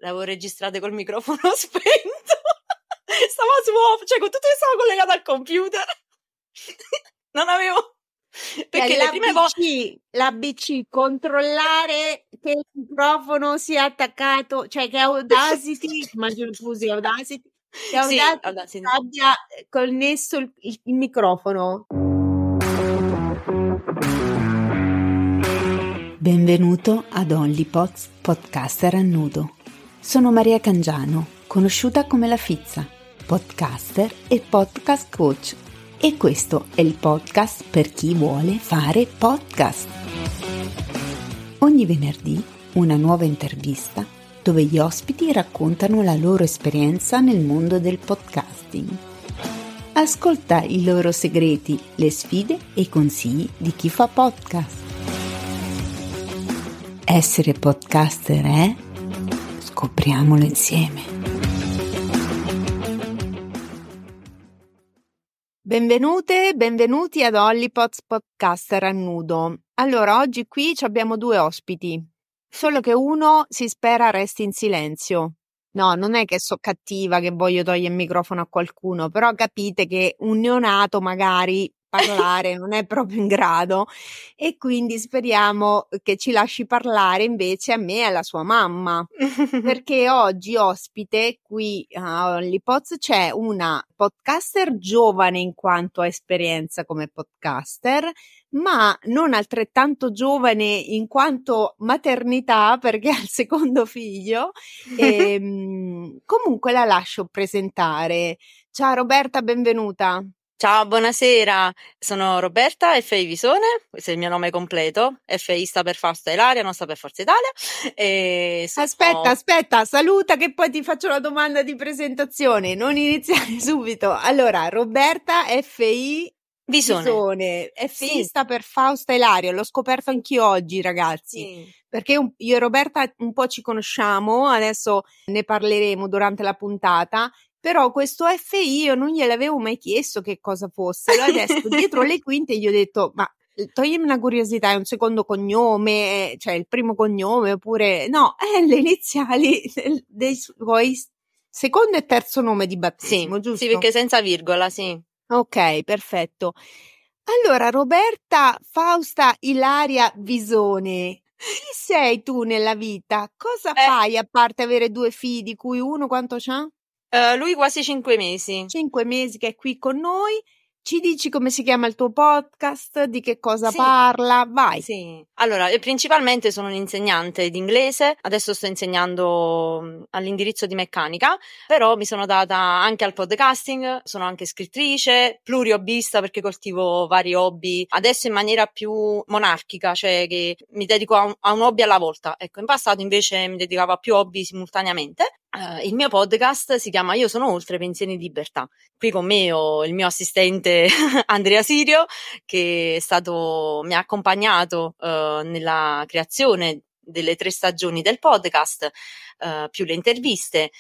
le avevo registrate col microfono spento. Stavo su off, cioè con tutto che stavo collegato al computer. Non avevo... Perché le prime volte... L'ABC, controllare che il microfono sia attaccato, cioè che Audacity, immagino tu usi Audacity, che Sì, Audacity abbia connesso il microfono. Benvenuto ad OnlyPods Podcaster a nudo. Sono Maria Cangiano, conosciuta come La Fizza, podcaster e podcast coach. E questo è il podcast per chi vuole fare podcast. Ogni venerdì una nuova intervista dove gli ospiti raccontano la loro esperienza nel mondo del podcasting. Ascolta i loro segreti, le sfide e i consigli di chi fa podcast. Essere podcaster è? Scopriamolo insieme. Benvenute, benvenuti ad OnlyPods Podcaster a nudo. Allora, oggi qui abbiamo due ospiti, solo che uno si spera resti in silenzio. No, non è che so cattiva, che voglio togliere il microfono a qualcuno, però capite che un neonato magari parlare non è proprio in grado e quindi speriamo che ci lasci parlare invece a me e alla sua mamma. Perché oggi ospite qui a OnlyPods c'è una podcaster giovane in quanto a esperienza come podcaster, ma non altrettanto giovane in quanto maternità perché ha il secondo figlio. Comunque la lascio presentare. Ciao Roberta, benvenuta. Ciao, buonasera, sono Roberta F.I. Visone, questo è il mio nome completo, F.I. sta per Fausta Ilaria, non sta per Forza Italia. E sono... Aspetta, saluta che poi ti faccio la domanda di presentazione, non iniziare subito. Allora, Roberta F.I. Visone. FI sì. Sta per Fausta Ilaria, l'ho scoperto anch'io oggi, ragazzi, sì. Perché io e Roberta un po' ci conosciamo, adesso ne parleremo durante la puntata. Però questo FI io non gliel'avevo mai chiesto che cosa fosse. Allora adesso dietro le quinte gli ho detto, ma toglimi una curiosità, è un secondo cognome, cioè il primo cognome oppure no, è le iniziali dei suoi secondo e terzo nome di battesimo, sì, giusto? Sì, perché senza virgola, sì. Ok, perfetto. Allora, Roberta Fausta Ilaria Visone, chi sei tu nella vita? Cosa fai a parte avere due figli di cui uno quanto c'ha? Lui quasi 5 mesi. 5 mesi che è qui con noi. Ci dici come si chiama il tuo podcast? Di che cosa parla? Vai. Sì. Allora, principalmente sono un'insegnante di inglese, adesso sto insegnando all'indirizzo di meccanica, però mi sono data anche al podcasting, sono anche scrittrice, pluriobbista perché coltivo vari hobby, adesso in maniera più monarchica, cioè che mi dedico a un hobby alla volta. Ecco, in passato invece mi dedicavo a più hobby simultaneamente. Il mio podcast si chiama Io sono oltre pensieri di libertà. Qui con me ho il mio assistente Andrea Sirio che mi ha accompagnato nella creazione delle 3 stagioni del podcast, più le interviste,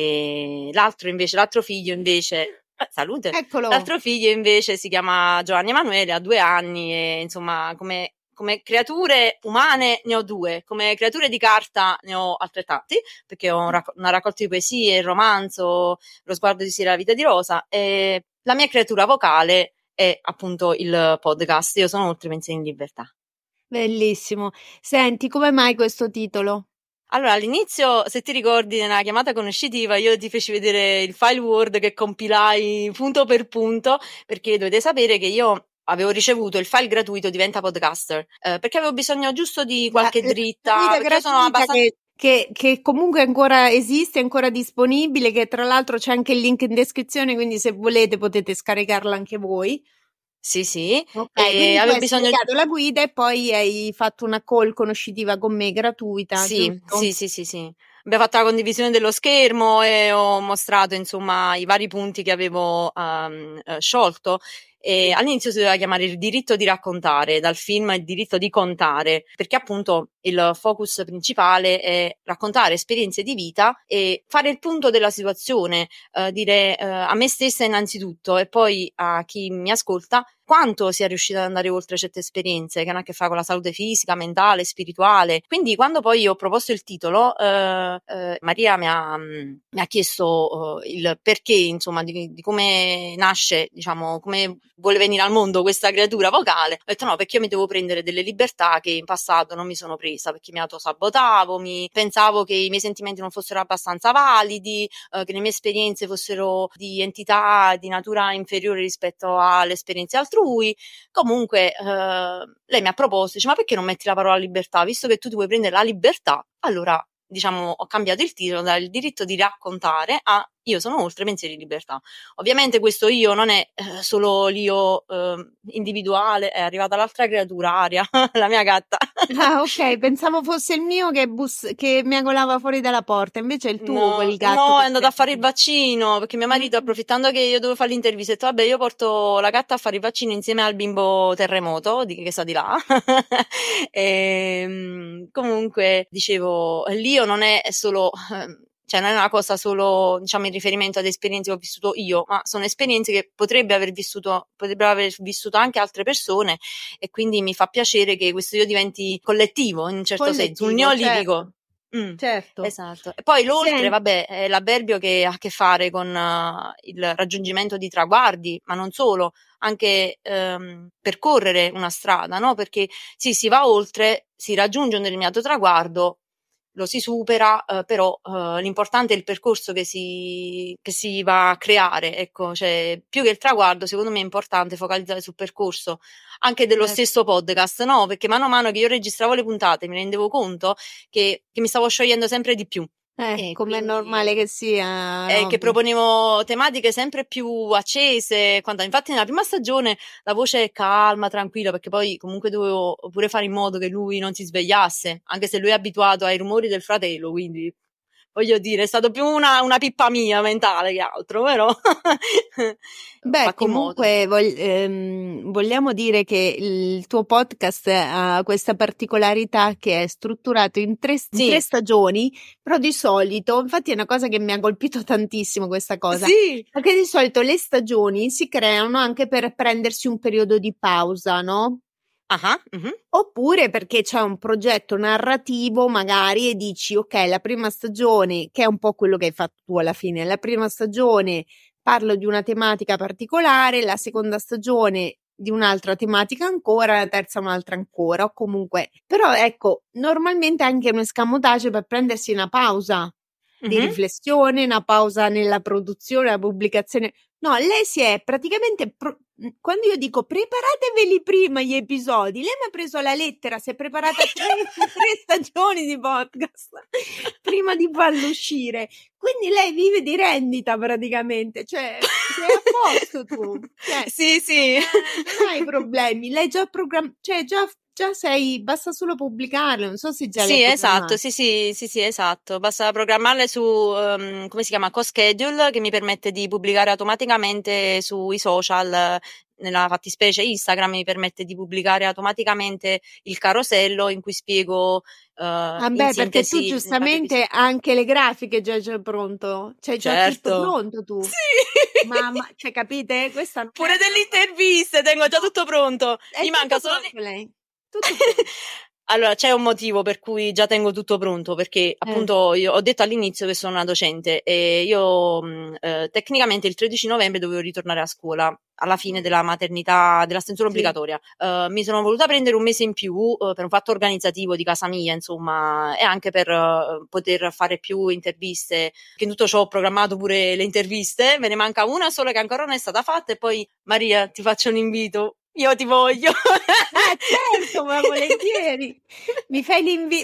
e l'altro figlio invece salute. Eccolo. L'altro figlio invece si chiama Giovanni Emanuele, ha 2 anni e insomma come creature umane ne ho 2, come creature di carta ne ho altrettanti, perché ho una raccolta di poesie, il romanzo, Lo sguardo di Sira, la vita di Rosa, e la mia creatura vocale è appunto il podcast, Io sono oltre pensieri in libertà. Bellissimo. Senti, come mai questo titolo? Allora, all'inizio, se ti ricordi, nella chiamata conoscitiva io ti feci vedere il file Word che compilai punto per punto, perché dovete sapere che io avevo ricevuto il file gratuito Diventa Podcaster, perché avevo bisogno giusto di qualche dritta, perché io sono abbastanza... Che comunque ancora esiste, è ancora disponibile, che tra l'altro c'è anche il link in descrizione, quindi se volete potete scaricarla anche voi. Sì. Ok, quindi tu hai spiegato la guida e poi hai fatto una call conoscitiva con me gratuita, giusto? Sì. Abbiamo fatto la condivisione dello schermo e ho mostrato insomma i vari punti che avevo sciolto. E all'inizio si doveva chiamare il diritto di raccontare, dal film il diritto di contare, perché appunto il focus principale è raccontare esperienze di vita e fare il punto della situazione, dire a me stessa innanzitutto e poi a chi mi ascolta quanto sia riuscita ad andare oltre certe esperienze che hanno a che fare con la salute fisica, mentale, spirituale. Quindi quando poi ho proposto il titolo, Maria mi ha chiesto il perché, insomma, di come nasce, diciamo, come vuole venire al mondo questa creatura vocale. Ho detto no, perché io mi devo prendere delle libertà che in passato non mi sono presa, perché mi autosabotavo, pensavo che i miei sentimenti non fossero abbastanza validi, che le mie esperienze fossero di entità di natura inferiore rispetto alle esperienze altrui. Comunque lei mi ha proposto, dice, ma perché non metti la parola libertà? Visto che tu ti vuoi prendere la libertà, allora diciamo ho cambiato il titolo dal diritto di raccontare a io sono oltre pensieri di libertà. Ovviamente questo io non è solo l'io individuale, è arrivata l'altra creatura, Aria, la mia gatta. Ah, ok, pensavo fosse il mio che miagolava fuori dalla porta, invece è il tuo quel gatto. No, è andato a fare il vaccino, perché mio marito, approfittando che io dovevo fare l'intervista, ha detto vabbè, io porto la gatta a fare il vaccino insieme al bimbo terremoto che sta di là. Comunque dicevo, l'io non è solo cioè non è una cosa solo, diciamo, in riferimento ad esperienze che ho vissuto io, ma sono esperienze che potrebbero aver vissuto anche altre persone, e quindi mi fa piacere che questo io diventi collettivo, in un certo senso, un neolitico. Certo. Esatto. E poi l'oltre, vabbè, è l'avverbio che ha a che fare con il raggiungimento di traguardi, ma non solo, anche percorrere una strada, no? Perché sì, si va oltre, si raggiunge un determinato traguardo, lo si supera, però l'importante è il percorso che si va a creare, ecco, cioè più che il traguardo, secondo me è importante focalizzare sul percorso anche dello stesso podcast, no? Perché mano a mano che io registravo le puntate mi rendevo conto che mi stavo sciogliendo sempre di più. Come è normale che sia. Che proponevo tematiche sempre più accese. Infatti nella prima stagione la voce è calma, tranquilla, perché poi comunque dovevo pure fare in modo che lui non si svegliasse, anche se lui è abituato ai rumori del fratello, quindi voglio dire, è stato più una pippa mia mentale che altro, però beh, comunque vogliamo dire che il tuo podcast ha questa particolarità che è strutturato in tre stagioni, però di solito, infatti è una cosa che mi ha colpito tantissimo questa cosa, perché di solito le stagioni si creano anche per prendersi un periodo di pausa, no? Oppure perché c'è un progetto narrativo magari e dici ok, la prima stagione, che è un po' quello che hai fatto tu alla fine, la prima stagione parlo di una tematica particolare, la seconda stagione di un'altra tematica ancora, la terza un'altra ancora, o comunque, però ecco, normalmente anche un escamotage per prendersi una pausa di riflessione, una pausa nella produzione, la pubblicazione. No, lei si è praticamente, quando io dico preparateveli prima gli episodi, lei mi ha preso la lettera, si è preparata tre stagioni di podcast prima di farlo uscire, quindi lei vive di rendita praticamente, cioè sei a posto tu, cioè, sì. Non hai problemi, lei già cioè già sei, basta solo pubblicarle, non so se già sì, esatto, sì, esatto, basta programmarle su come si chiama, CoSchedule, che mi permette di pubblicare automaticamente sui social, nella fattispecie Instagram mi permette di pubblicare automaticamente il carosello in cui spiego in sintesi, perché tu giustamente anche le grafiche già pronto, c'hai già tutto pronto tu. Sì. Ma cioè, capite? Questa non pure delle interviste tengo già tutto pronto. Mi manca solo lei. Allora, c'è un motivo per cui già tengo tutto pronto, perché appunto io ho detto all'inizio che sono una docente e io tecnicamente il 13 novembre dovevo ritornare a scuola alla fine della maternità, della stensione obbligatoria. Mi sono voluta prendere un mese in più per un fatto organizzativo di casa mia, insomma, e anche per poter fare più interviste, che in tutto ciò ho programmato pure le interviste, me ne manca una sola che ancora non è stata fatta, e poi Maria ti faccio un invito. Io ti voglio. Certo, ma volentieri. Mi fai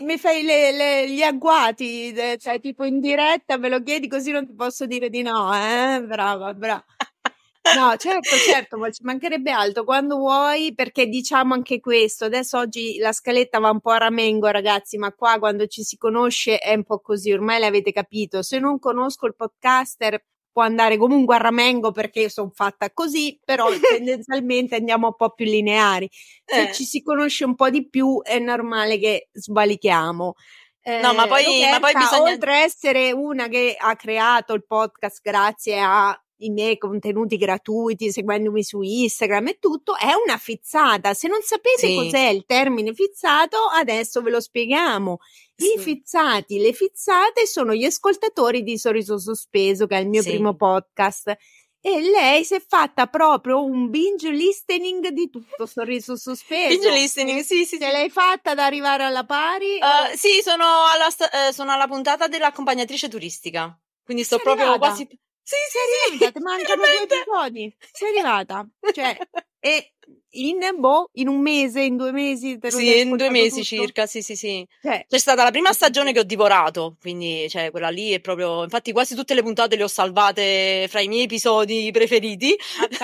gli agguati, cioè tipo in diretta me lo chiedi così non ti posso dire di no, brava. No, certo, ma ci mancherebbe altro quando vuoi, perché diciamo anche questo, adesso oggi la scaletta va un po' a ramengo ragazzi, ma qua quando ci si conosce è un po' così, ormai l'avete capito, se non conosco il podcaster può andare comunque a ramengo perché io sono fatta così, però tendenzialmente andiamo un po' più lineari. Se ci si conosce un po' di più è normale che sbalichiamo. No, ma poi bisogna, oltre a essere una che ha creato il podcast grazie a i miei contenuti gratuiti, seguendomi su Instagram e tutto, è una fizzata. Se non sapete cos'è il termine fizzato, adesso ve lo spieghiamo. I fizzati, le fizzate sono gli ascoltatori di Sorriso Sospeso, che è il mio primo podcast. E lei si è fatta proprio un binge listening di tutto Sorriso Sospeso. Binge listening, sì. Se l'hai fatta ad arrivare alla pari? Sì, sono alla puntata dell'accompagnatrice turistica. Quindi sto proprio arrivata? quasi... Sì, ti mancano 2 episodi. Sei arrivata. Cioè, e in un mese, in 2 mesi? Sì, in 2 mesi tutto? circa, sì. Cioè, c'è stata la prima stagione che ho divorato, quindi cioè quella lì è proprio, infatti quasi tutte le puntate le ho salvate fra i miei episodi preferiti.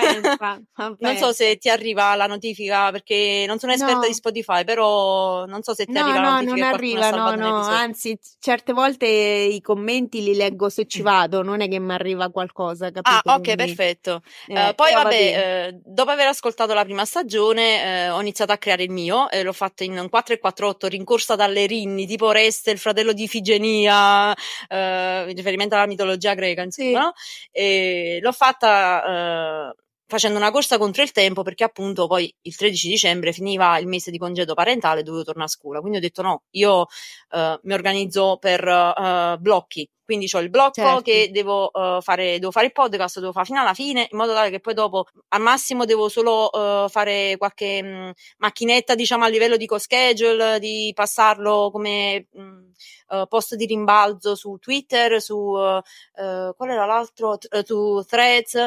Non so se ti arriva la notifica, perché non sono esperta di Spotify, però non so se ti arriva la notifica. Non arriva, anzi certe volte i commenti li leggo se ci vado, non è che mi arriva qualcosa, capito? Ok, perfetto. Poi vabbè, dopo aver ascoltato la prima stagione ho iniziato a creare il mio, l'ho fatto in 4:48, rincorsa dalle rinni, tipo Oreste, il fratello di Ifigenia, in riferimento alla mitologia greca, insomma, no? E l'ho fatta facendo una corsa contro il tempo, perché appunto poi il 13 dicembre finiva il mese di congedo parentale e dovevo tornare a scuola, quindi ho detto no, io mi organizzo per blocchi. Quindi c'ho il blocco che devo fare il podcast, devo fare fino alla fine, in modo tale che poi dopo al massimo devo solo fare qualche macchinetta, diciamo, a livello di co-schedule, di passarlo come post di rimbalzo su Twitter, su qual era l'altro? Su Threads,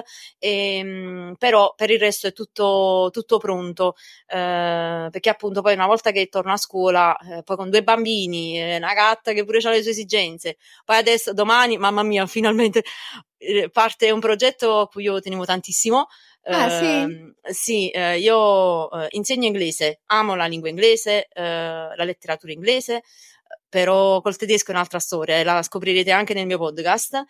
però per il resto è tutto pronto, perché appunto poi una volta che torno a scuola, poi con 2 bambini, una gatta che pure ha le sue esigenze, poi adesso domani, mamma mia, finalmente parte un progetto a cui io tenevo tantissimo. Sì, io insegno inglese, amo la lingua inglese, la letteratura inglese, però col tedesco è un'altra storia, la scoprirete anche nel mio podcast.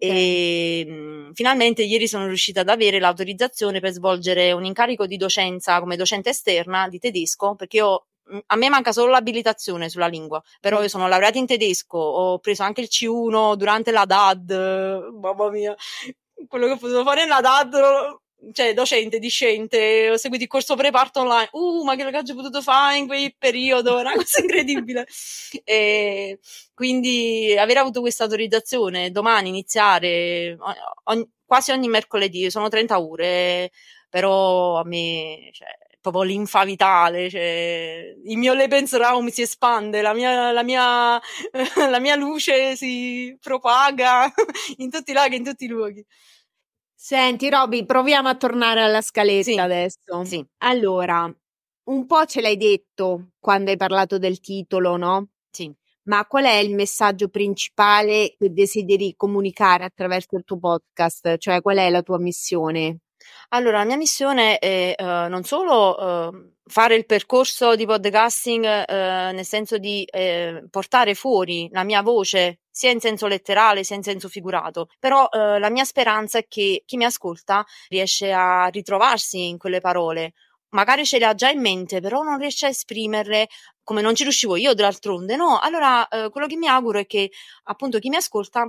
E finalmente ieri sono riuscita ad avere l'autorizzazione per svolgere un incarico di docenza come docente esterna di tedesco, perché a me manca solo l'abilitazione sulla lingua, però io sono laureata in tedesco, ho preso anche il C1 durante la DAD, mamma mia, quello che ho potuto fare nella DAD, cioè docente, discente, ho seguito il corso preparto online, ma che ragazzi ho potuto fare in quel periodo, una cosa incredibile. E quindi aver avuto questa autorizzazione, domani iniziare quasi ogni mercoledì, sono 30 ore, però a me, cioè, proprio linfa vitale, cioè, il mio Lebensraum si espande, la mia luce si propaga in tutti i laghi, in tutti i luoghi. Senti Roby, proviamo a tornare alla scaletta adesso. Sì. Allora, un po' ce l'hai detto quando hai parlato del titolo, no? Sì. Ma qual è il messaggio principale che desideri comunicare attraverso il tuo podcast? Cioè, qual è la tua missione? Allora, la mia missione è non solo fare il percorso di podcasting, nel senso di portare fuori la mia voce, sia in senso letterale sia in senso figurato, però la mia speranza è che chi mi ascolta riesce a ritrovarsi in quelle parole. Magari ce le ha già in mente, però non riesce a esprimerle come non ci riuscivo io d'altronde, no? Allora, quello che mi auguro è che appunto chi mi ascolta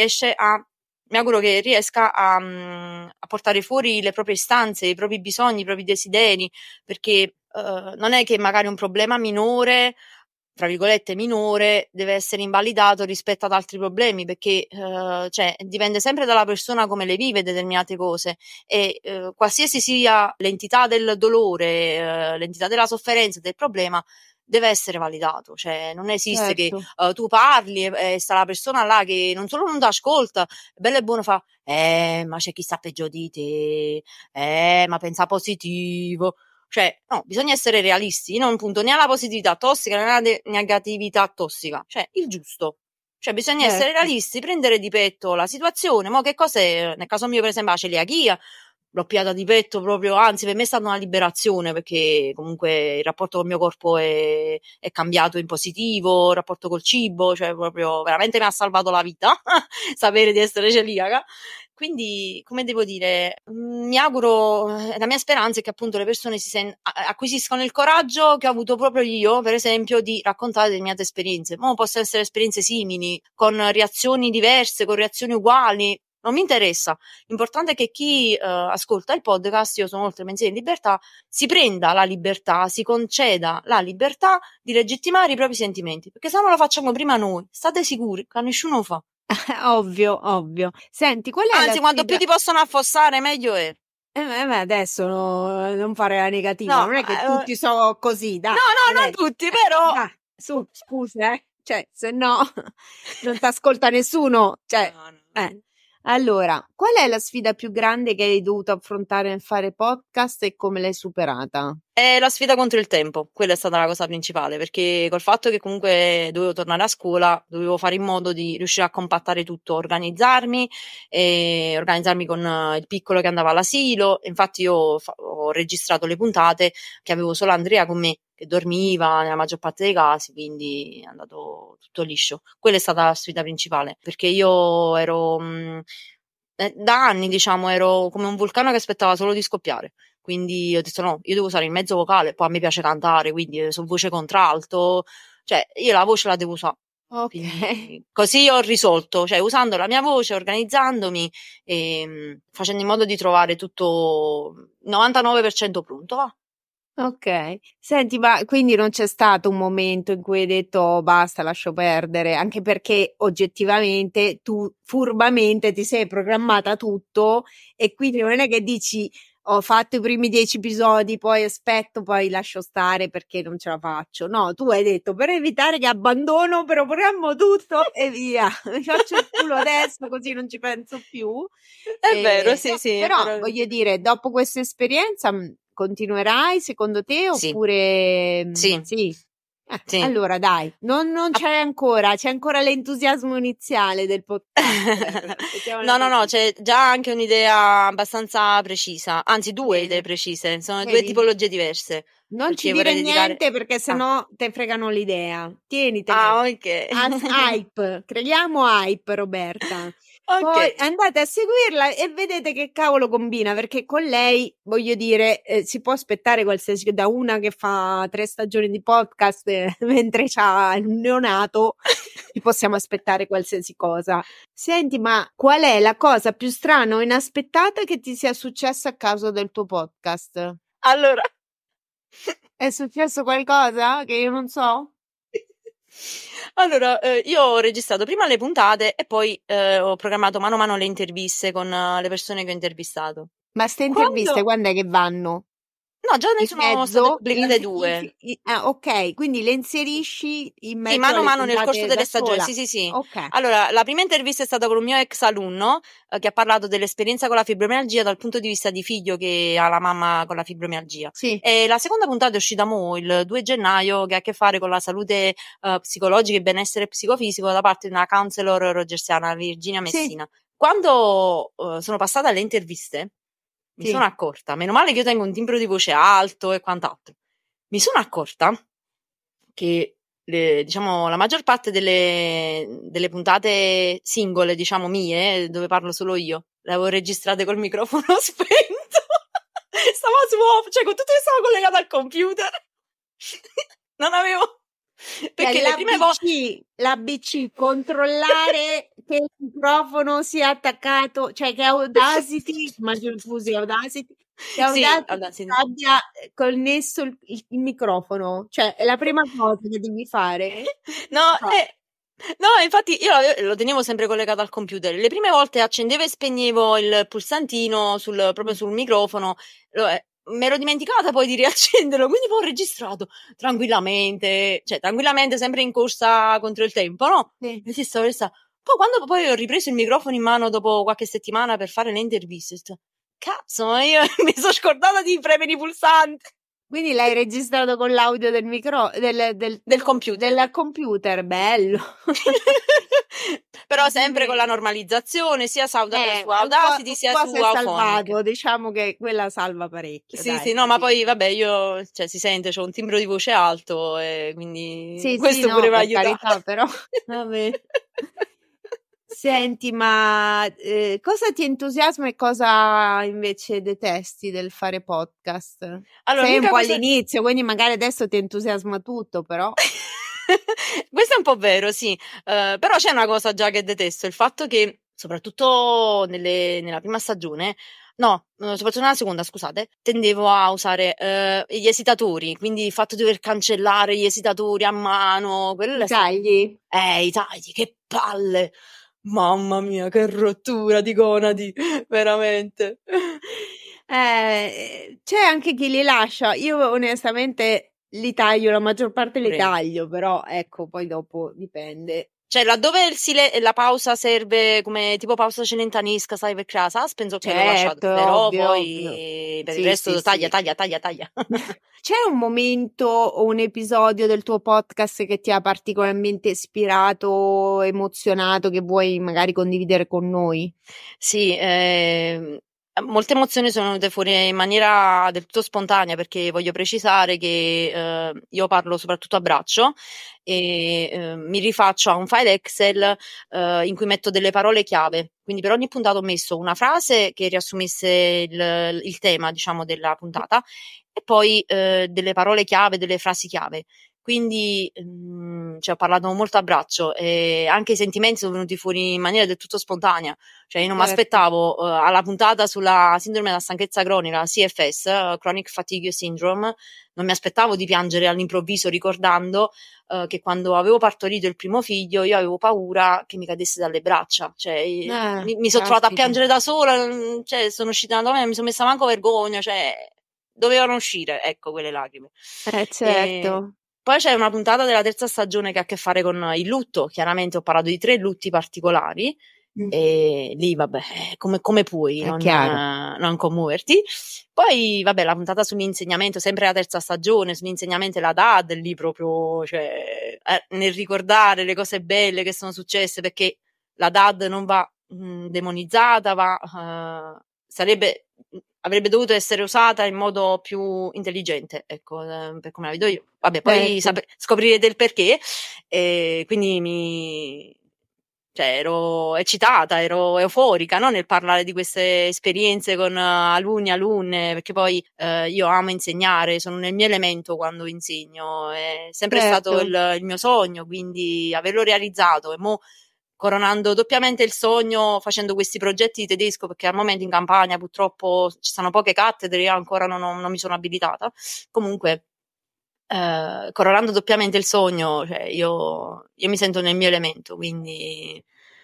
mi auguro che riesca a portare fuori le proprie istanze, i propri bisogni, i propri desideri, perché non è che magari un problema minore, tra virgolette minore, deve essere invalidato rispetto ad altri problemi, perché cioè, dipende sempre dalla persona come le vive determinate cose, e qualsiasi sia l'entità del dolore, l'entità della sofferenza, del problema, deve essere validato, cioè non esiste che tu parli e sta la persona là che non solo non ti ascolta, è bello e buono, fa ma c'è chi sta peggio di te, ma pensa positivo. Cioè, no, bisogna essere realisti. Io non punto né alla positività tossica né alla negatività tossica, cioè il giusto. Cioè, bisogna essere realisti, prendere di petto la situazione. Mo' che cos'è? Nel caso mio, per esempio, la celiachia, l'ho piata di petto proprio, anzi, per me è stata una liberazione, perché comunque il rapporto col mio corpo è cambiato in positivo, il rapporto col cibo, cioè proprio veramente mi ha salvato la vita sapere di essere celiaca. Quindi, come devo dire, mi auguro, la mia speranza è che appunto le persone acquisiscano il coraggio che ho avuto proprio io, per esempio, di raccontare determinate esperienze. Ma possono essere esperienze simili, con reazioni diverse, con reazioni uguali, non mi interessa. L'importante è che chi ascolta il podcast, io sono oltre pensieri in libertà, si prenda la libertà, si conceda la libertà di legittimare i propri sentimenti, perché se no lo facciamo prima noi, state sicuri che nessuno lo fa. Ovvio, ovvio. Senti, qual è la Anzi, quanto più sfida? ti possono affossare, meglio è. Adesso non fare la negativa, No, non è che tutti sono così, dai. no, non tutti, però. Dai, su, scusa, cioè, se no non ti ascolta nessuno, cioè, No. Allora, qual è la sfida più grande che hai dovuto affrontare nel fare podcast e come l'hai superata? È la sfida contro il tempo, quella è stata la cosa principale, perché col fatto che comunque dovevo tornare a scuola, dovevo fare in modo di riuscire a compattare tutto, organizzarmi con il piccolo che andava all'asilo. Infatti io ho registrato le puntate che avevo solo Andrea con me, che dormiva nella maggior parte dei casi, quindi è andato tutto liscio. Quella è stata la sfida principale, perché io ero da anni, diciamo, ero come un vulcano che aspettava solo di scoppiare. Quindi ho detto no, io devo usare il mezzo vocale, poi a me piace cantare, quindi su voce contralto, cioè io la voce la devo usare. Ok. Quindi, così ho risolto, cioè usando la mia voce, organizzandomi e facendo in modo di trovare tutto 99% pronto, va. Ok, senti, ma quindi non c'è stato un momento in cui hai detto "Oh, basta, lascio perdere", anche perché oggettivamente tu furbamente ti sei programmata tutto e quindi non è che dici ho fatto i primi 10 episodi, poi aspetto, poi lascio stare perché non ce la faccio. No, tu hai detto per evitare che abbandono, programmo tutto e via, mi faccio il culo adesso così non ci penso più. È vero, sì, è Però vero. voglio dire, dopo questa esperienza continuerai secondo te Sì. oppure Sì. sì? Sì. Allora dai, non c'è ancora l'entusiasmo iniziale del podcast. No, c'è già anche un'idea abbastanza precisa, anzi due idee precise, sono due tipologie diverse. Non ci dire niente perché sennò te fregano l'idea. Tienitela. Ok. Hype, creiamo hype, Roberta. Ok. Poi andate a seguirla e vedete che cavolo combina, perché con lei, voglio dire, si può aspettare qualsiasi, da una che fa 3 stagioni di podcast mentre c'ha il neonato, ci possiamo aspettare qualsiasi cosa. Senti, ma qual è la cosa più strana o inaspettata che ti sia successa a causa del tuo podcast? Allora, è successo qualcosa che io non so? Allora, io ho registrato prima le puntate e poi ho programmato mano a mano le interviste con le persone che ho intervistato. Ma ste interviste quando è che vanno? No, già ne sono state pubblicate 2. Ok, quindi le inserisci in mezzo Sì, mano a alle mano nel corso puntate delle da stagioni, sola? sì. Ok. Allora, la prima intervista è stata con un mio ex alunno che ha parlato dell'esperienza con la fibromialgia dal punto di vista di figlio che ha la mamma con la fibromialgia. Sì. E la seconda puntata è uscita il 2 gennaio, che ha a che fare con la salute psicologica e benessere psicofisico da parte di una counselor rogersiana, Virginia Messina. Sì. Quando sono passata alle interviste, mi sono accorta, meno male che io tengo un timbro di voce alto e quant'altro, mi sono accorta che diciamo la maggior parte delle puntate singole, diciamo mie, dove parlo solo io, le avevo registrate col microfono spento. Stavo su off, cioè con tutto che stavo collegato al computer. Non avevo, perché le prime volte l'ABC, controllare che il microfono sia attaccato, cioè che Audacity, immagino tu usi Audacity, che Audacity abbia connesso il microfono, cioè è la prima cosa che devi fare. No, infatti io lo tenevo sempre collegato al computer. Le prime volte accendevo e spegnevo il pulsantino proprio sul microfono, mi ero dimenticata poi di riaccenderlo, quindi poi ho registrato tranquillamente, sempre in corsa contro il tempo, no? Sì. Poi quando poi ho ripreso il microfono in mano dopo qualche settimana per fare le interviste, ho detto, cazzo, ma io mi sono scordata di premere i pulsanti. Quindi l'hai registrato con l'audio del computer. Del computer, bello. Però sempre con la normalizzazione, sia su Audacity sia su Auphonic. Salvato, diciamo che quella salva parecchio. Sì, no, ma poi vabbè, io, si sente, c'ho un timbro di voce alto e quindi questo pure mi ha aiutato. Carità, però, vabbè. Senti, ma cosa ti entusiasma e cosa invece detesti del fare podcast? Allora, sei un po' all'inizio, quindi magari adesso ti entusiasma tutto, però. Questo è un po' vero, sì, però c'è una cosa già che detesto, il fatto che soprattutto nella prima stagione, no, soprattutto nella seconda, scusate, tendevo a usare gli esitatori, quindi il fatto di dover cancellare gli esitatori a mano, quello I tagli. I tagli, che palle! Mamma mia, che rottura di gonadi, veramente. C'è anche chi li lascia. Io onestamente li taglio, la maggior parte li Pure io. taglio, però ecco, poi dopo dipende. Cioè, laddove la pausa serve come tipo pausa celentanisca, sai, per creare suspense, ok, l'ho lasciato. Certo, Però ovvio, poi ovvio. per Sì, il resto sì, taglia, sì. taglia. C'è un momento o un episodio del tuo podcast che ti ha particolarmente ispirato, emozionato, che vuoi magari condividere con noi? Sì, molte emozioni sono venute fuori in maniera del tutto spontanea, perché voglio precisare che io parlo soprattutto a braccio e mi rifaccio a un file Excel in cui metto delle parole chiave. Quindi per ogni puntata ho messo una frase che riassumesse il tema, diciamo, della puntata, e poi delle parole chiave, delle frasi chiave. Quindi cioè, ho parlato molto a braccio e anche i sentimenti sono venuti fuori in maniera del tutto spontanea. Cioè, io non mi Certo. aspettavo alla puntata sulla sindrome della stanchezza cronica, CFS, Chronic Fatigue Syndrome, non mi aspettavo di piangere all'improvviso ricordando che quando avevo partorito il primo figlio io avevo paura che mi cadesse dalle braccia. Cioè, mi sono trovata a piangere da sola, cioè, sono uscita da dove mi sono messa manco vergogna, cioè, dovevano uscire, ecco, quelle lacrime. Certo. Poi c'è una puntata della terza stagione che ha a che fare con il lutto. Chiaramente ho parlato di 3 lutti particolari e lì vabbè, come puoi non commuoverti. Poi vabbè, la puntata sull'insegnamento, sempre la terza stagione, sull'insegnamento e la DAD, lì proprio, cioè, nel ricordare le cose belle che sono successe, perché la DAD non va demonizzata, avrebbe dovuto essere usata in modo più intelligente, ecco, per come la vedo io. Vabbè, poi scoprirete il perché, e quindi ero eccitata, ero euforica, no? Nel parlare di queste esperienze con alunni, alunne, perché poi io amo insegnare, sono nel mio elemento quando insegno, è sempre stato il mio sogno, quindi averlo realizzato e mo coronando doppiamente il sogno facendo questi progetti di tedesco, perché al momento in Campania purtroppo ci sono poche cattedre, io ancora non mi sono abilitata. Comunque coronando doppiamente il sogno, cioè io mi sento nel mio elemento, quindi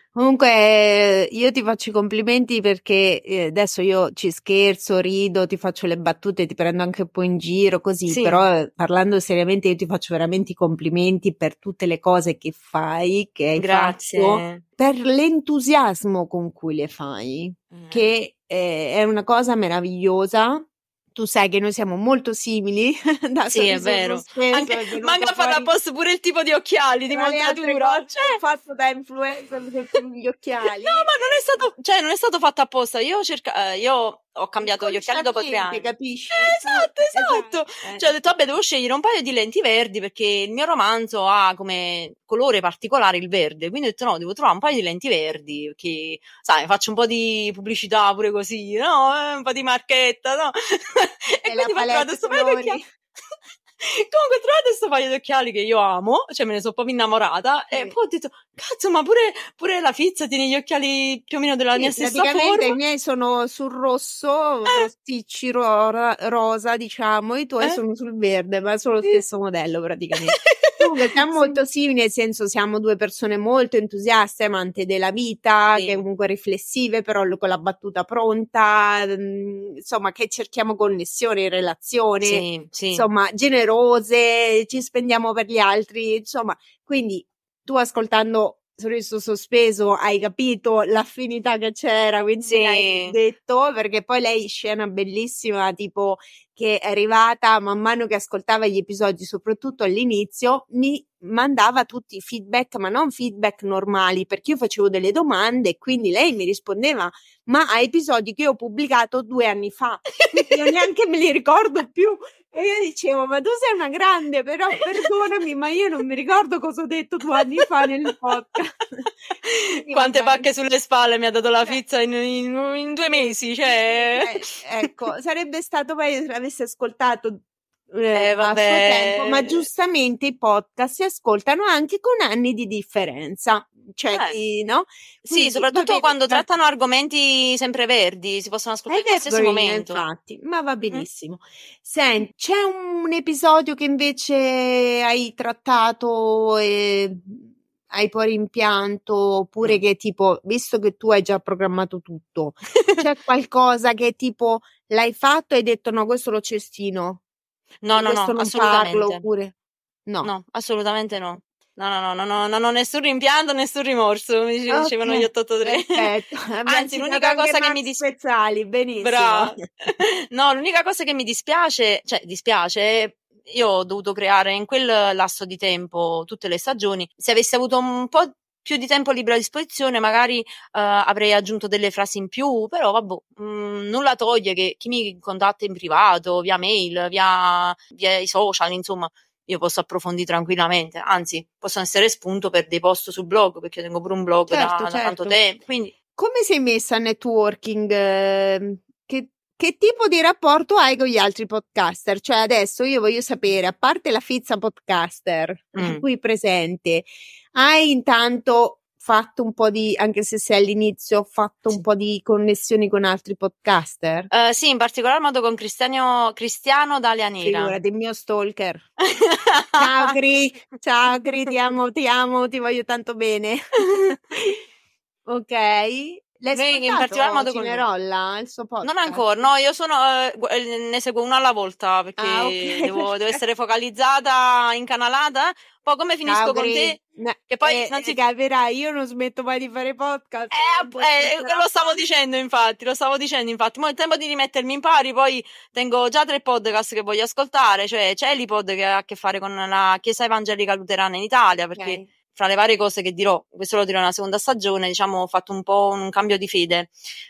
comunque io ti faccio i complimenti perché adesso io ci scherzo, rido, ti faccio le battute, ti prendo anche un po' in giro così, sì. Però parlando seriamente io ti faccio veramente i complimenti per tutte le cose che fai, che hai fatto, per l'entusiasmo con cui le fai, che è una cosa meravigliosa. Tu sai che noi siamo molto simili da sì, è vero. Manca a fare apposta pure il tipo di occhiali di montatura. Ho fatto da influencer per gli occhiali. No, ma non è stato fatto apposta. Io ho cambiato gli occhiali dopo 3 anni. Capisci? Esatto. Cioè, ho detto, vabbè, devo scegliere un paio di lenti verdi perché il mio romanzo ha come colore particolare il verde. Quindi ho detto, no, devo trovare un paio di lenti verdi perché, sai, faccio un po' di pubblicità pure così, no? Un po' di marchetta, no? E quindi ho trovato questo paio di occhiali. Comunque ho trovato questo paio di occhiali che io amo, cioè me ne sono proprio innamorata, e poi ho detto, cazzo, ma pure la Fizza tiene gli occhiali più o meno della mia stessa forma. I miei sono sul rosso, rosticci rosa, diciamo, i tuoi sono sul verde, ma sono lo stesso modello praticamente. Comunque siamo molto simili, nel senso siamo 2 persone molto entusiaste, amanti della vita, che comunque riflessive, però con la battuta pronta, insomma, che cerchiamo connessione, relazione, insomma, generose, ci spendiamo per gli altri, insomma, quindi tu ascoltando Sorriso Sospeso hai capito l'affinità che c'era, quindi hai detto, perché poi lei scena bellissima, tipo che è arrivata man mano che ascoltava gli episodi, soprattutto all'inizio, mi mandava tutti i feedback, ma non feedback normali, perché io facevo delle domande e quindi lei mi rispondeva ma a episodi che ho pubblicato 2 anni fa, quindi io neanche me li ricordo più. E io dicevo, ma tu sei una grande, però perdonami, ma io non mi ricordo cosa ho detto 2 anni fa nel podcast. Quante pacche sulle spalle mi ha dato la Fizza in 2 mesi, cioè. Ecco, sarebbe stato poi se avessi ascoltato a suo tempo, ma giustamente i podcast si ascoltano anche con anni di differenza. cioè, no? Sì, Quindi, soprattutto quando trattano argomenti sempre verdi, si possono ascoltare in qualsiasi momento. Infatti, ma va benissimo. Senti, c'è un episodio che invece hai trattato e hai poi rimpianto, oppure che tipo, visto che tu hai già programmato tutto, c'è qualcosa che tipo l'hai fatto e hai detto no, questo lo cestino, No, di questo non parlo, assolutamente. oppure no. No, assolutamente no. No, non ho nessun rimpianto, nessun rimorso, mi dicevano gli Ok, 883. perfetto. Abbiamo Anzi, citato l'unica anche cosa che Max mi Pezzali, benissimo. Brava. No, l'unica cosa che mi dispiace, io ho dovuto creare in quel lasso di tempo tutte le stagioni. Se avessi avuto un po' più di tempo libero a disposizione, magari avrei aggiunto delle frasi in più, però vabbè, nulla toglie che chi mi contatta in privato, via mail, via i social, insomma, io posso approfondire tranquillamente, anzi, possono essere spunto per dei post sul blog, perché tengo pure un blog da tanto tempo, quindi... Come sei messa a networking? Che tipo di rapporto hai con gli altri podcaster? Cioè adesso io voglio sapere, a parte la Fizza podcaster qui presente, hai intanto fatto un po' di, anche se sei all'inizio, fatto un po' di connessioni con altri podcaster? Sì, in particolar modo con Cristiano Dalia Nera. Figurati, il mio stalker. Ciao Cri, ti amo, ti voglio tanto bene. Ok, l'hai In particolar ascoltato modo con lui. Cinerolla, il suo podcast? Non ancora, no, io sono ne seguo uno alla volta perché ok. devo essere focalizzata, incanalata. Poi come finisco con te, che poi non si capirai, io non smetto mai di fare podcast. lo stavo dicendo infatti. Mo' è il tempo di rimettermi in pari, poi tengo già 3 podcast che voglio ascoltare, cioè c'è l'Ipod che ha a che fare con la Chiesa Evangelica Luterana in Italia, perché fra le varie cose che dirò, questo lo dirò nella seconda stagione, diciamo, ho fatto un po' un cambio di fede.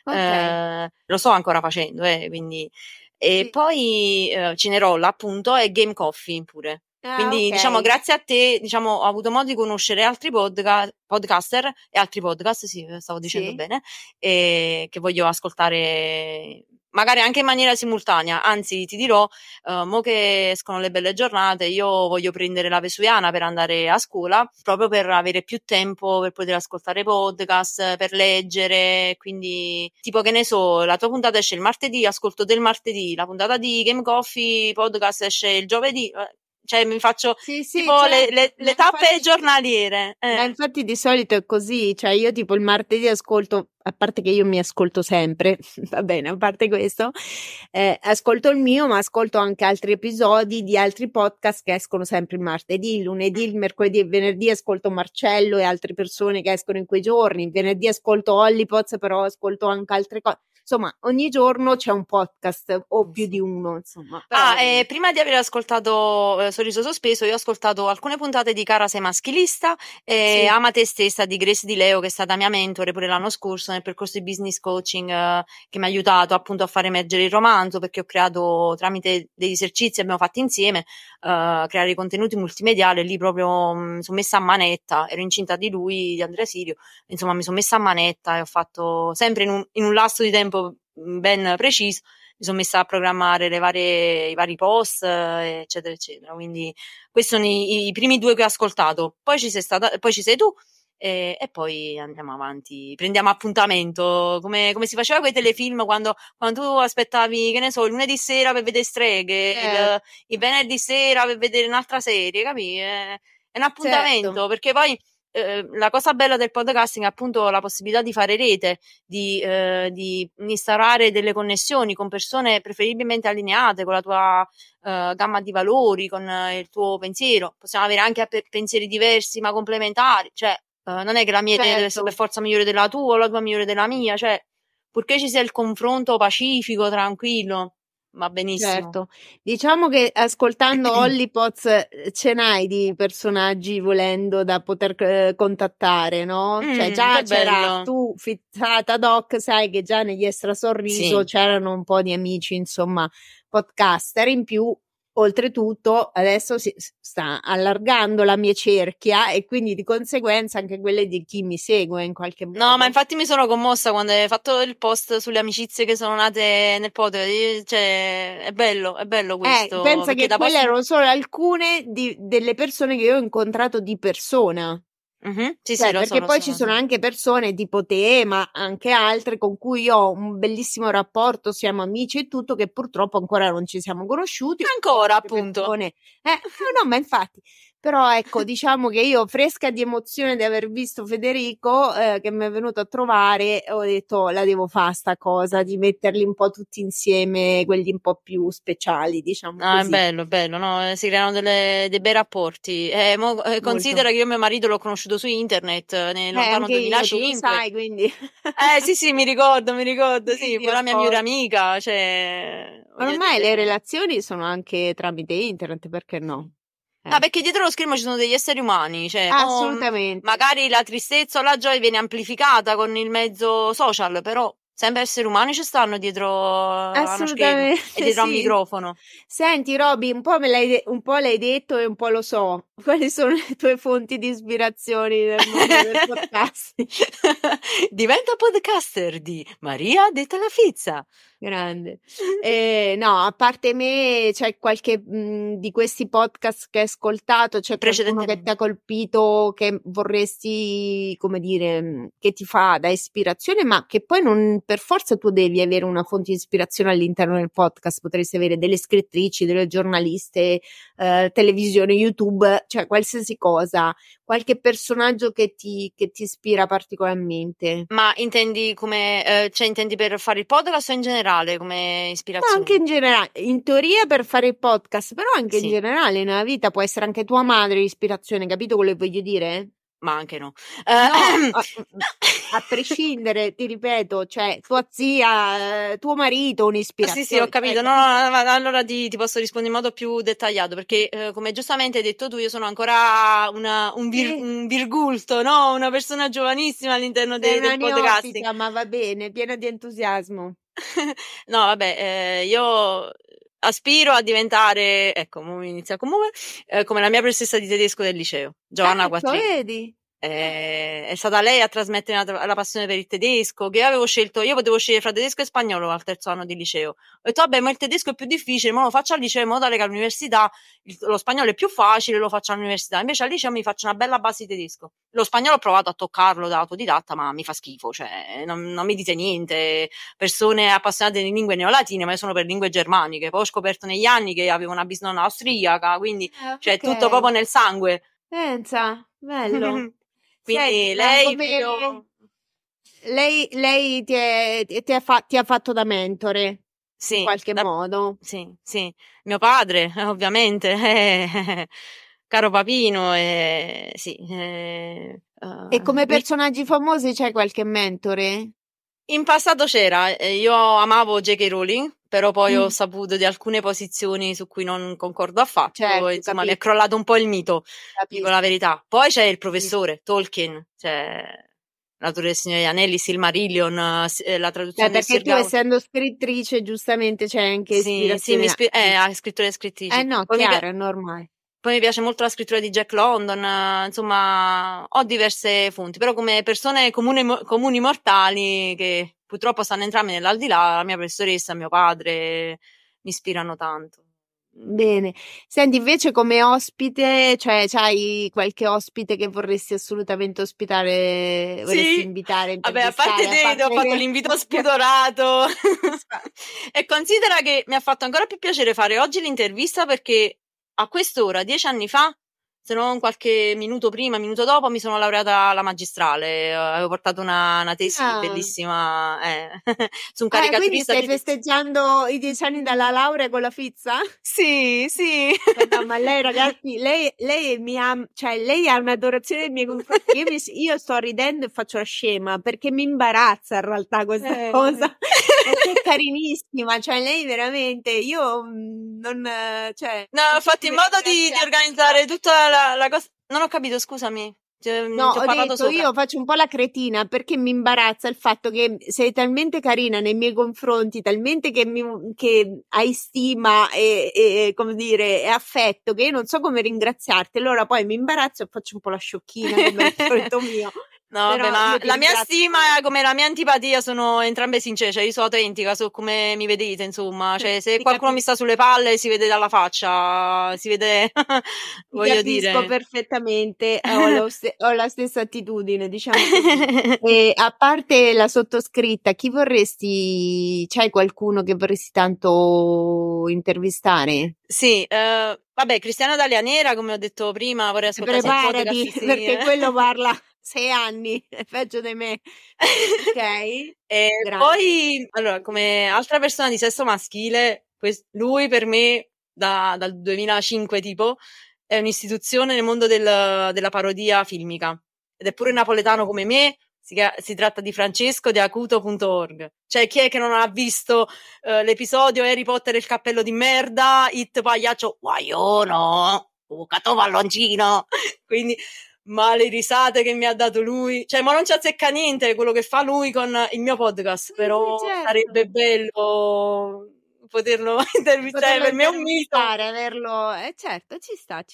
Lo sto ancora facendo, quindi. E poi Cinerolla, appunto, e Game Coffee pure. Quindi, diciamo, grazie a te, diciamo, ho avuto modo di conoscere altri podcaster e altri podcast, sì, stavo dicendo bene, che voglio ascoltare magari anche in maniera simultanea. Anzi, ti dirò, mo che escono le belle giornate, io voglio prendere la Vesuviana per andare a scuola, proprio per avere più tempo per poter ascoltare podcast, per leggere, quindi tipo che ne so, la tua puntata esce il martedì, ascolto del martedì, la puntata di Game Coffee podcast esce il giovedì, cioè mi faccio tipo le tappe giornaliere. Ma infatti di solito è così, cioè io tipo il martedì ascolto, a parte che io mi ascolto sempre, va bene, a parte questo, ascolto il mio, ma ascolto anche altri episodi di altri podcast che escono sempre il martedì, il lunedì, il mercoledì e il venerdì ascolto Marcello e altre persone che escono in quei giorni, il venerdì ascolto Hollypods, però ascolto anche altre cose. Insomma, ogni giorno c'è un podcast o più di uno, insomma. Prima di aver ascoltato Sorriso Sospeso, io ho ascoltato alcune puntate di Cara sei maschilista e Ama te stessa di Grace Di Leo, che è stata mia mentore pure l'anno scorso nel percorso di business coaching, che mi ha aiutato appunto a far emergere il romanzo, perché ho creato tramite degli esercizi abbiamo fatto insieme creare i contenuti multimediali, e lì proprio mi sono messa a manetta, ero incinta di lui, di Andrea Sirio, insomma mi sono messa a manetta e ho fatto sempre in un lasso di tempo ben preciso, mi sono messa a programmare i vari post, eccetera, eccetera. Quindi questi sono i primi 2 che ho ascoltato. Poi ci sei tu, e poi andiamo avanti, prendiamo appuntamento, come si faceva con i telefilm quando tu aspettavi, che ne so, il lunedì sera per vedere Streghe, il venerdì sera per vedere un'altra serie, capì? È un appuntamento, perché poi la cosa bella del podcasting è appunto la possibilità di fare rete, di instaurare delle connessioni con persone preferibilmente allineate con la tua gamma di valori, con il tuo pensiero. Possiamo avere anche pensieri diversi ma complementari, cioè non è che la mia idea deve essere per forza migliore della tua o la tua migliore della mia, cioè purché ci sia il confronto pacifico, tranquillo, va benissimo. Certo, diciamo che ascoltando Hollypods ce n'hai di personaggi volendo da poter contattare, no? Cioè già c'era tu fizzata doc, sai che già negli Extra Sorriso c'erano un po' di amici, insomma, podcaster in più. Oltretutto adesso si sta allargando la mia cerchia e quindi di conseguenza anche quelle di chi mi segue in qualche modo. No, ma infatti mi sono commossa quando hai fatto il post sulle amicizie che sono nate nel podcast, cioè è bello questo. Pensa che quelle erano solo alcune delle persone che io ho incontrato di persona. Sì, Cioè, sì, lo perché so, poi ci sono anche persone tipo te, ma anche altre con cui io ho un bellissimo rapporto, siamo amici e tutto, che purtroppo ancora non ci siamo conosciuti. Ancora, Altre appunto. persone, no, ma infatti, però ecco, diciamo che io fresca di emozione di aver visto Federico, che mi è venuto a trovare, ho detto la devo fare sta cosa, di metterli un po' tutti insieme, quelli un po' più speciali, diciamo Ah, è così. bello, no? Si creano dei bei rapporti. Considera Molto. che io mio marito l'ho conosciuto su internet nel lontano Anche io, tu lo 2005. sai, quindi. Sì, mi ricordo, sì, Quindi poi a la mia migliore posto. amica, cioè, voglio Ormai le dire. relazioni sono anche tramite internet, perché no? No, perché dietro lo schermo ci sono degli esseri umani, cioè, Assolutamente. magari la tristezza o la gioia viene amplificata con il mezzo social, però sempre esseri umani ci stanno dietro a uno schermo e Assolutamente dietro a un sì. microfono. Senti, Roby, un po' l'hai detto e un po' lo so. Quali sono le tue fonti di ispirazioni nel mondo del podcasting? Diventa podcaster di Maria detta la Fizza. Grande. No, a parte me, c'è qualche di questi podcast che hai ascoltato, c'è qualcuno che ti Precedentemente. ha colpito, che vorresti, come dire, che ti fa da ispirazione, ma che poi non per forza tu devi avere una fonte di ispirazione all'interno del podcast, potresti avere delle scrittrici, delle giornaliste, televisione, YouTube, cioè qualsiasi cosa, qualche personaggio che ti ispira particolarmente. Ma intendi come, cioè intendi per fare il podcast o in generale come Ma anche ispirazione? in generale, in teoria per fare il podcast, però anche in Sì, generale nella vita può essere anche tua madre l'ispirazione, capito quello che voglio dire? ma anche no. No, a prescindere, ti ripeto, cioè tua zia, tuo marito, Sì, ho un'ispirazione, cioè, capito. No, capito? no, ma allora ti posso rispondere in modo più dettagliato perché, come giustamente hai detto tu, io sono ancora Sì, un virgulto, no? Una persona giovanissima all'interno sei una del podcasting. neofita, ma va bene, piena di entusiasmo. No, vabbè, io aspiro a diventare, ecco, mo inizia comunque, come la mia professoressa di tedesco del liceo, Giovanna Ecco, Quattrini. vedi? È stata lei a trasmettere la passione per il tedesco, che io avevo scelto, io potevo scegliere fra tedesco e spagnolo al terzo anno di liceo. Ho detto, vabbè, ma il tedesco è più difficile, ma lo faccio al liceo in modo tale che all'università lo spagnolo è più facile, lo faccio all'università. Invece al liceo mi faccio una bella base di tedesco. Lo spagnolo ho provato a toccarlo da autodidatta, ma mi fa schifo, cioè non mi dite niente. Persone appassionate di lingue neolatine, ma io sono per lingue germaniche. Poi ho scoperto negli anni che avevo una bisnonna austriaca, quindi cioè, è Ok, tutto proprio nel sangue. pensa, bello. Senti, Quindi ma lei come proprio lei ti ha fatto da mentore in sì, qualche modo? sì. Mio padre, ovviamente, caro papino, sì. E come Mi personaggi famosi c'è qualche mentore? In passato c'era, io amavo J.K. Rowling, però poi ho Mm, saputo di alcune posizioni su cui non concordo affatto, e certo, insomma mi è crollato un po' il mito, dico la capisco, verità. Poi c'è il capisco. professore, Tolkien, cioè l'autore del Signore degli Anelli, Silmarillion, la Beh, traduzione del perché Sir tu Gawain. essendo scrittrice, giustamente c'è anche Sì, ispirazione. scrittori e scrittrici. No, chiaro, è normale. Poi mi piace molto la scrittura di Jack London, insomma, ho diverse fonti, però come persone comuni mortali che purtroppo stanno entrambi nell'aldilà, la mia professoressa, mio padre, mi ispirano tanto. Bene. Senti, invece come ospite, cioè c'hai qualche ospite che vorresti assolutamente ospitare, vorresti Sì, invitare, vabbè, a parte intervistare, a te, ti ho parte fatto che... l'invito spudorato. Esatto. E considera che mi ha fatto ancora più piacere fare oggi l'intervista perché a quest'ora, 10 anni fa, se non qualche minuto prima, minuto dopo, mi sono laureata alla magistrale. Avevo portato una tesi Ah. bellissima su un Quindi caricaturista stai di Tizio. festeggiando i 10 anni dalla laurea con la Fizza? Sì, sì. No, ma lei, ragazzi, lei mi ha, cioè, lei ha un'adorazione nei miei confronti. Io sto ridendo e faccio la scema perché mi imbarazza in realtà questa cosa. Perché è carinissima, cioè, lei veramente, io non, cioè, No, non ho so fatto in come modo di ringraziarla. organizzare tutta la cosa. Non ho capito, scusami. No, Ti ho ho parlato detto sopra. io faccio un po' la cretina perché mi imbarazza il fatto che sei talmente carina nei miei confronti, talmente che hai stima come dire, e affetto che io non so come ringraziarti. Allora poi mi imbarazzo e faccio un po' la sciocchina come al solito mio. No, vabbè, ma la mia stima come la mia antipatia sono entrambe sincere, cioè io sono autentica, so come mi vedete, insomma, cioè se qualcuno mi sta sulle palle si vede dalla faccia, si vede, voglio dire. Capisco perfettamente, ho la stessa attitudine, diciamo così. E a parte la sottoscritta, c'hai qualcuno che vorresti tanto intervistare? Sì, vabbè, Cristiano Dalia Nera, come ho detto prima, vorrei ascoltare il podcast, sì. Perché quello parla 6 anni, è peggio di me. Ok. E poi, allora, come altra persona di sesso maschile, lui per me, dal 2005 tipo, è un'istituzione nel mondo della parodia filmica. Ed è pure napoletano come me, si tratta di Francesco di Acuto.org. Cioè, chi è che non ha visto l'episodio Harry Potter e il cappello di merda, It pagliaccio guaiono, cato palloncino. Quindi, ma le risate che mi ha dato lui, cioè, ma non ci azzecca niente quello che fa lui con il mio podcast, però certo. sarebbe bello poterlo intervistare, per me è un mito. Averlo, certo, ci sta.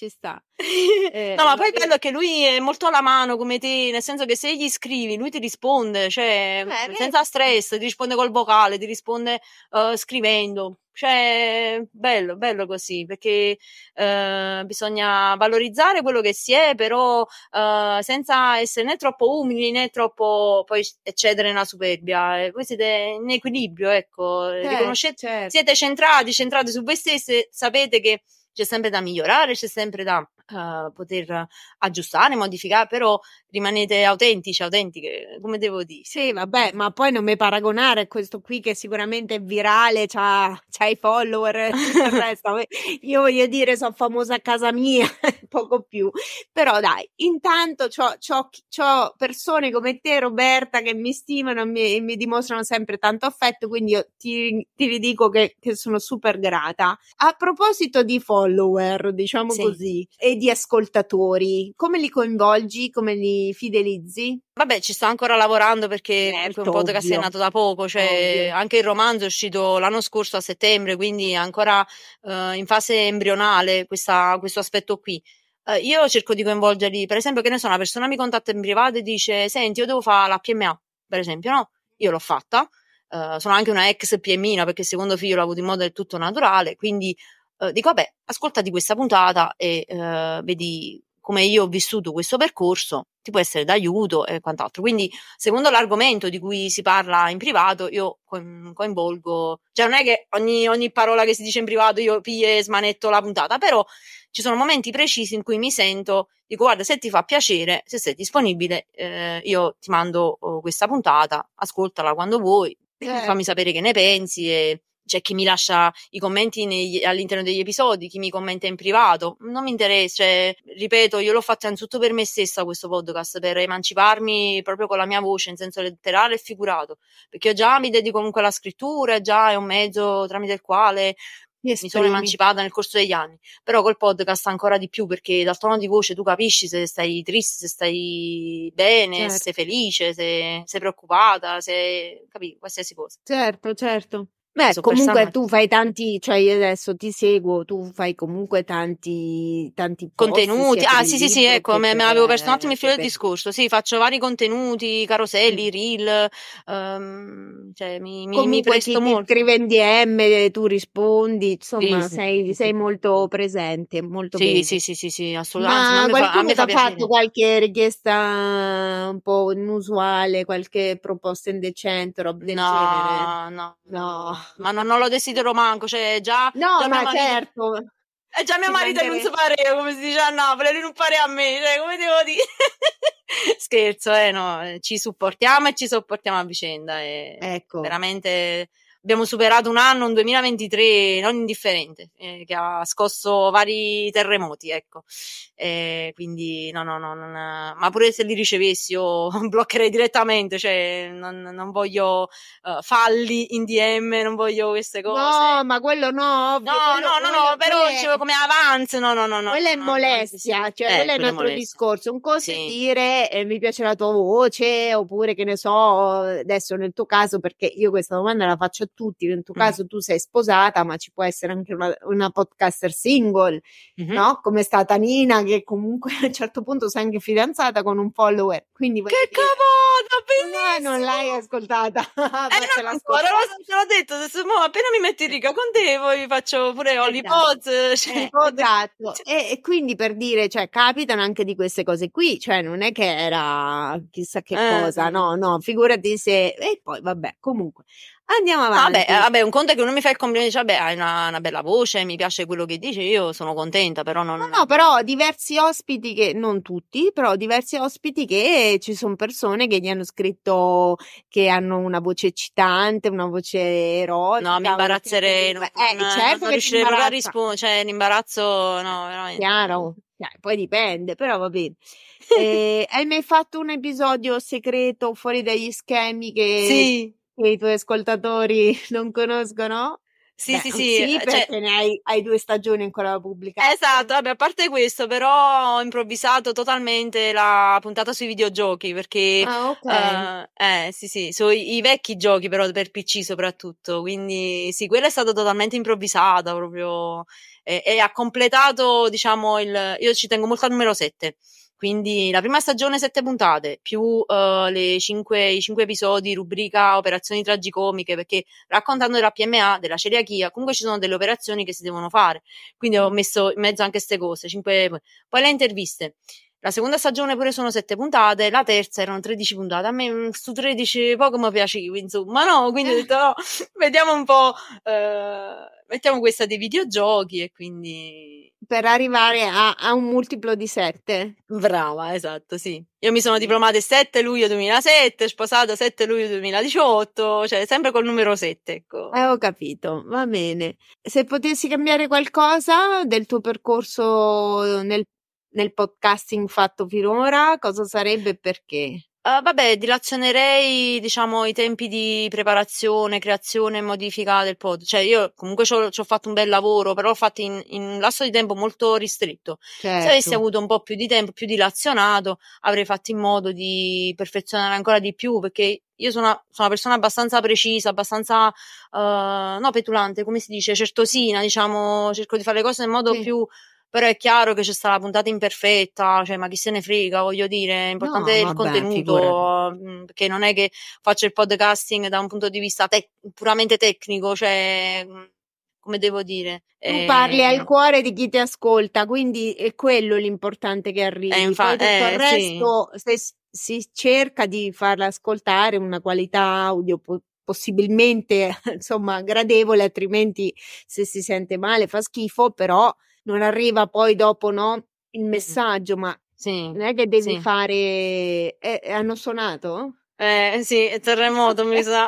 No, ma poi è bello che lui è molto alla mano come te, nel senso che se gli scrivi lui ti risponde, cioè senza stress, ti risponde col vocale, ti risponde scrivendo, cioè bello così, perché bisogna valorizzare quello che si è, però senza essere né troppo umili né troppo poi eccedere nella superbia. Voi siete in equilibrio, ecco, riconoscete, siete centrati su voi stessi, sapete che c'è sempre da migliorare, c'è sempre da poter aggiustare, modificare, però rimanete autentici, autentiche, come devo dire. Sì, vabbè, ma poi non mi paragonare a questo qui che sicuramente è virale, c'ha i follower e tutto il resto. Io voglio dire, sono famosa a casa mia, poco più. Però dai, intanto c'ho persone come te, Roberta, che mi stimano e mi dimostrano sempre tanto affetto, quindi io ti ridico che sono super grata. A proposito di follower, diciamo così, e di ascoltatori, come li coinvolgi, come li fidelizzi? Vabbè, ci sto ancora lavorando perché è un podcast è nato da poco, cioè anche il romanzo è uscito l'anno scorso a settembre, quindi è ancora in fase embrionale questo aspetto qui. Io cerco di coinvolgerli, per esempio, che ne so, una persona mi contatta in privato e dice: senti, io devo fare la PMA, per esempio, no? Io l'ho fatta, sono anche una ex PMina perché il secondo figlio l'ho avuto in modo del tutto naturale, quindi dico, vabbè, ascoltati questa puntata e vedi come io ho vissuto questo percorso, ti può essere d'aiuto e quant'altro. Quindi, secondo l'argomento di cui si parla in privato, io coinvolgo, cioè non è che ogni parola che si dice in privato io piglio e smanetto la puntata, però ci sono momenti precisi in cui mi sento, dico, guarda, se ti fa piacere, se sei disponibile, io ti mando questa puntata, ascoltala quando vuoi, fammi sapere che ne pensi. E c'è chi mi lascia i commenti all'interno degli episodi, chi mi commenta in privato, non mi interessa, cioè, ripeto, io l'ho fatto innanzitutto per me stessa questo podcast, per emanciparmi proprio con la mia voce in senso letterale e figurato, perché io già mi dedico comunque alla scrittura, già è un mezzo tramite il quale mi sono emancipata nel corso degli anni, però col podcast ancora di più, perché dal tono di voce tu capisci se stai triste, se stai bene, se sei felice, se sei preoccupata, se capi, qualsiasi cosa. Certo. Beh, comunque tu fai tanti, cioè io adesso ti seguo, tu fai comunque tanti contenuti. Sì, ecco, me avevo perso un attimo il filo del discorso. Sì, faccio vari contenuti, caroselli, reel, cioè mi presto molto. Ti scrive in DM, tu rispondi, insomma, sei molto presente, molto bene. Sì, assolutamente. Ma qualcuno ti ha fatto qualche richiesta un po' inusuale, qualche proposta indecente, roba del genere? No. Ma non lo desidero manco, cioè già ma certo. E già mio marito non si parea, come si dice a Napoli, lui non parea a me, cioè come devo dire? Scherzo, no, ci supportiamo e ci sopportiamo a vicenda, ecco. Veramente abbiamo superato un anno, un 2023 non indifferente, che ha scosso vari terremoti, ecco. Quindi no, ma pure se li ricevessi io bloccherei direttamente, cioè non voglio falli in DM, non voglio queste cose. No, ma quello no, ovvio. No, però dicevo come avanzo, no. Quella è molestia, cioè quello è un altro discorso. Un conto è dire mi piace la tua voce, oppure che ne so, adesso nel tuo caso, perché io questa domanda la faccio a tutti, nel tuo caso tu sei sposata, ma ci può essere anche una podcaster single, no? Come è stata Nina, che comunque a un certo punto sei anche fidanzata con un follower, quindi Che cavata, bellissimo! non l'hai ascoltata. Non ancora, te l'ho detto, adesso appena mi metti in riga con te, poi faccio pure Holly Pods, esatto. E quindi per dire, cioè, capitano anche di queste cose qui, cioè non è che era chissà che cosa, no, figurati se, e poi vabbè, comunque andiamo avanti. Vabbè, un conto è che uno mi fa il complimento e dice, vabbè, hai una bella voce, mi piace quello che dici, io sono contenta, però non... No, però diversi ospiti che, non tutti, però diversi ospiti che ci sono persone che gli hanno scritto che hanno una voce eccitante, una voce erotica. No, mi imbarazzerei, certo non che riuscirei proprio a rispondere, cioè l'imbarazzo, no, veramente. Chiaro, poi dipende, però va bene. Hai mai fatto un episodio segreto fuori dagli schemi che i tuoi ascoltatori non conoscono? Sì, perché ne hai 2 stagioni ancora da pubblicare. Esatto, vabbè, a parte questo, però ho improvvisato totalmente la puntata sui videogiochi, perché sì, i vecchi giochi però per PC soprattutto, quindi sì, quella è stata totalmente improvvisata proprio e ha completato, diciamo, io ci tengo molto al numero 7. Quindi la prima stagione 7 puntate, più i 5 episodi, rubrica operazioni tragicomiche, perché raccontando della PMA, della celiachia, comunque ci sono delle operazioni che si devono fare. Quindi ho messo in mezzo anche queste cose, 5. Poi le interviste. La seconda stagione pure sono 7 puntate, la terza erano 13 puntate. A me su 13 poco mi piaceva, insomma, no? Quindi ho detto, no, vediamo un po', mettiamo questa dei videogiochi e quindi... Per arrivare a un multiplo di 7. Brava, esatto, sì. Io mi sono diplomata il 7 luglio 2007, sposata 7 luglio 2018, cioè sempre col numero 7, ecco. Ho capito, va bene. Se potessi cambiare qualcosa del tuo percorso nel podcasting fatto finora, cosa sarebbe e perché? Vabbè, dilazionerei, diciamo, i tempi di preparazione, creazione e modifica del pod. Cioè, io comunque ci ho fatto un bel lavoro, però l'ho fatto in un lasso di tempo molto ristretto. Certo. Se avessi avuto un po' più di tempo, più dilazionato, avrei fatto in modo di perfezionare ancora di più, perché io sono una persona abbastanza precisa, abbastanza, no, petulante, come si dice, certosina, diciamo, cerco di fare le cose in modo più... Però è chiaro che c'è stata la puntata imperfetta, cioè, ma chi se ne frega, voglio dire, l'importante è il contenuto, perché non è che faccio il podcasting da un punto di vista puramente tecnico, cioè, come devo dire. Tu parli al cuore di chi ti ascolta, quindi è quello l'importante che arrivi. Poi tutto il resto, se si cerca di farla ascoltare una qualità audio possibilmente, insomma, gradevole, altrimenti se si sente male fa schifo, però non arriva poi dopo, no, il messaggio, ma non è che devi fare... hanno suonato? Sì, è terremoto, mi sa.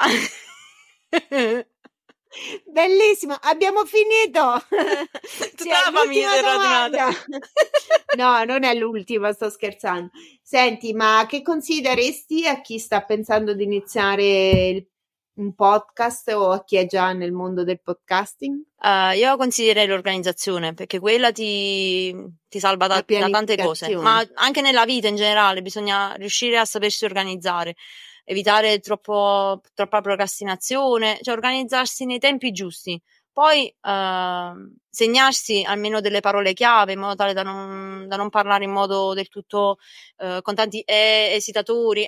Bellissimo, abbiamo finito. Tutta la famiglia è radunata. No, non è l'ultima, sto scherzando. Senti, ma che consiglieresti a chi sta pensando di iniziare un podcast o a chi è già nel mondo del podcasting? Io consiglierei l'organizzazione, perché quella ti salva da tante cose, ma anche nella vita in generale bisogna riuscire a sapersi organizzare, evitare troppa procrastinazione, cioè organizzarsi nei tempi giusti. Poi segnarsi almeno delle parole chiave in modo tale da non parlare in modo del tutto con tanti esitatori,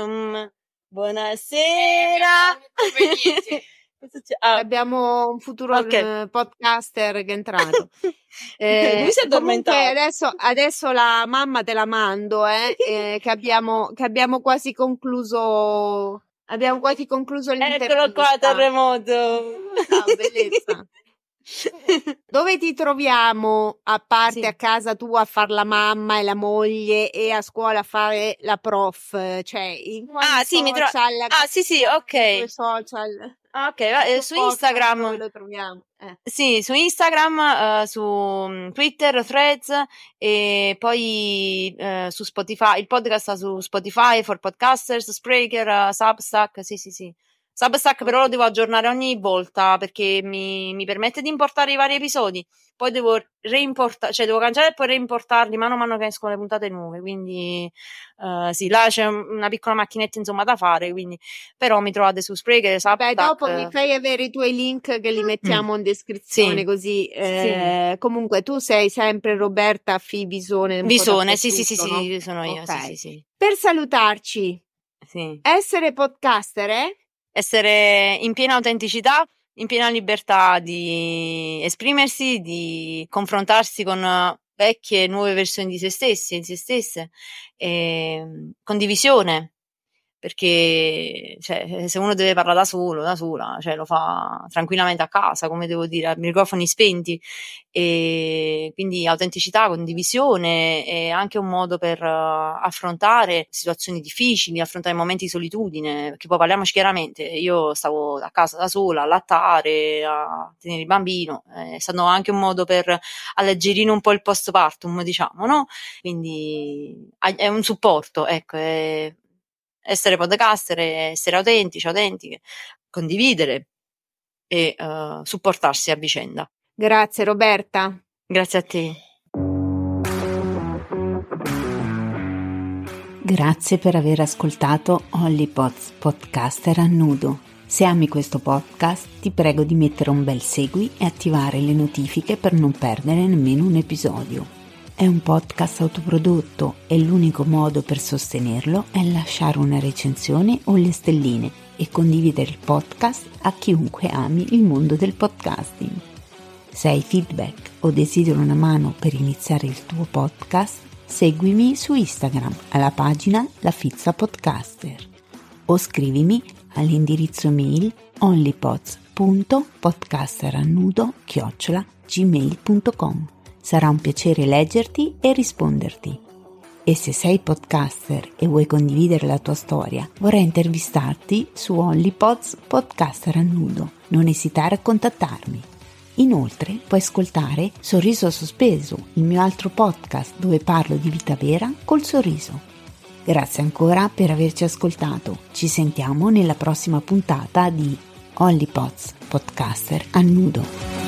buonasera. Abbiamo un futuro podcaster che è entrato. Lui si è addormentato. Adesso la mamma te la mando, che abbiamo quasi concluso. Abbiamo quasi concluso l'intervista. Eccolo qua, terremoto. Bellezza. Dove ti troviamo, a parte a casa tua a fare la mamma e la moglie e a scuola a fare la prof? Cioè, in quali social? Sì, ok. Social. Ok, su Instagram. Dove lo troviamo? Sì, su Instagram, su Twitter, Threads e poi su Spotify. Il podcast sta su Spotify for Podcasters, Spreaker, Substack, sì. Substack però lo devo aggiornare ogni volta perché mi permette di importare i vari episodi, poi devo reimportare, cioè devo cancellare e poi reimportarli mano a mano che escono le puntate nuove, quindi sì, là c'è una piccola macchinetta insomma da fare, quindi però mi trovate su Spreaker, Substack. Beh, dopo mi fai avere i tuoi link che li mettiamo in descrizione, Sì. così Sì. comunque tu sei sempre Roberta Visone, Visone, sì, no? sono io, Ok. sì. Per salutarci, Sì. essere podcaster è? Essere in piena autenticità, in piena libertà di esprimersi, di confrontarsi con vecchie e nuove versioni di se stessi e di se stesse, condivisione, perché cioè, se uno deve parlare da solo, da sola, cioè, lo fa tranquillamente a casa, come devo dire, a microfoni spenti, e quindi autenticità, condivisione è anche un modo per affrontare situazioni difficili, affrontare momenti di solitudine, perché poi parliamoci chiaramente, io stavo a casa da sola a lattare, a tenere il bambino, è stato anche un modo per alleggerire un po' il postpartum, diciamo, no? Quindi è un supporto, ecco, essere podcaster, essere autentici, autentiche, condividere e supportarsi a vicenda. Grazie Roberta. Grazie a te. Grazie per aver ascoltato Hollypots Podcaster a nudo. Se ami questo podcast, ti prego di mettere un bel segui e attivare le notifiche per non perdere nemmeno un episodio. È un podcast autoprodotto e l'unico modo per sostenerlo è lasciare una recensione o le stelline e condividere il podcast a chiunque ami il mondo del podcasting. Se hai feedback o desideri una mano per iniziare il tuo podcast, seguimi su Instagram alla pagina La Fizza Podcaster o scrivimi all'indirizzo mail onlypods.podcasterannudo@gmail.com. Sarà un piacere leggerti e risponderti. E se sei podcaster e vuoi condividere la tua storia, vorrei intervistarti su Hollypods Podcaster a nudo. Non esitare a contattarmi. Inoltre puoi ascoltare Sorriso Sospeso, il mio altro podcast dove parlo di vita vera col sorriso. Grazie ancora per averci ascoltato. Ci sentiamo nella prossima puntata di Hollypods Podcaster a nudo.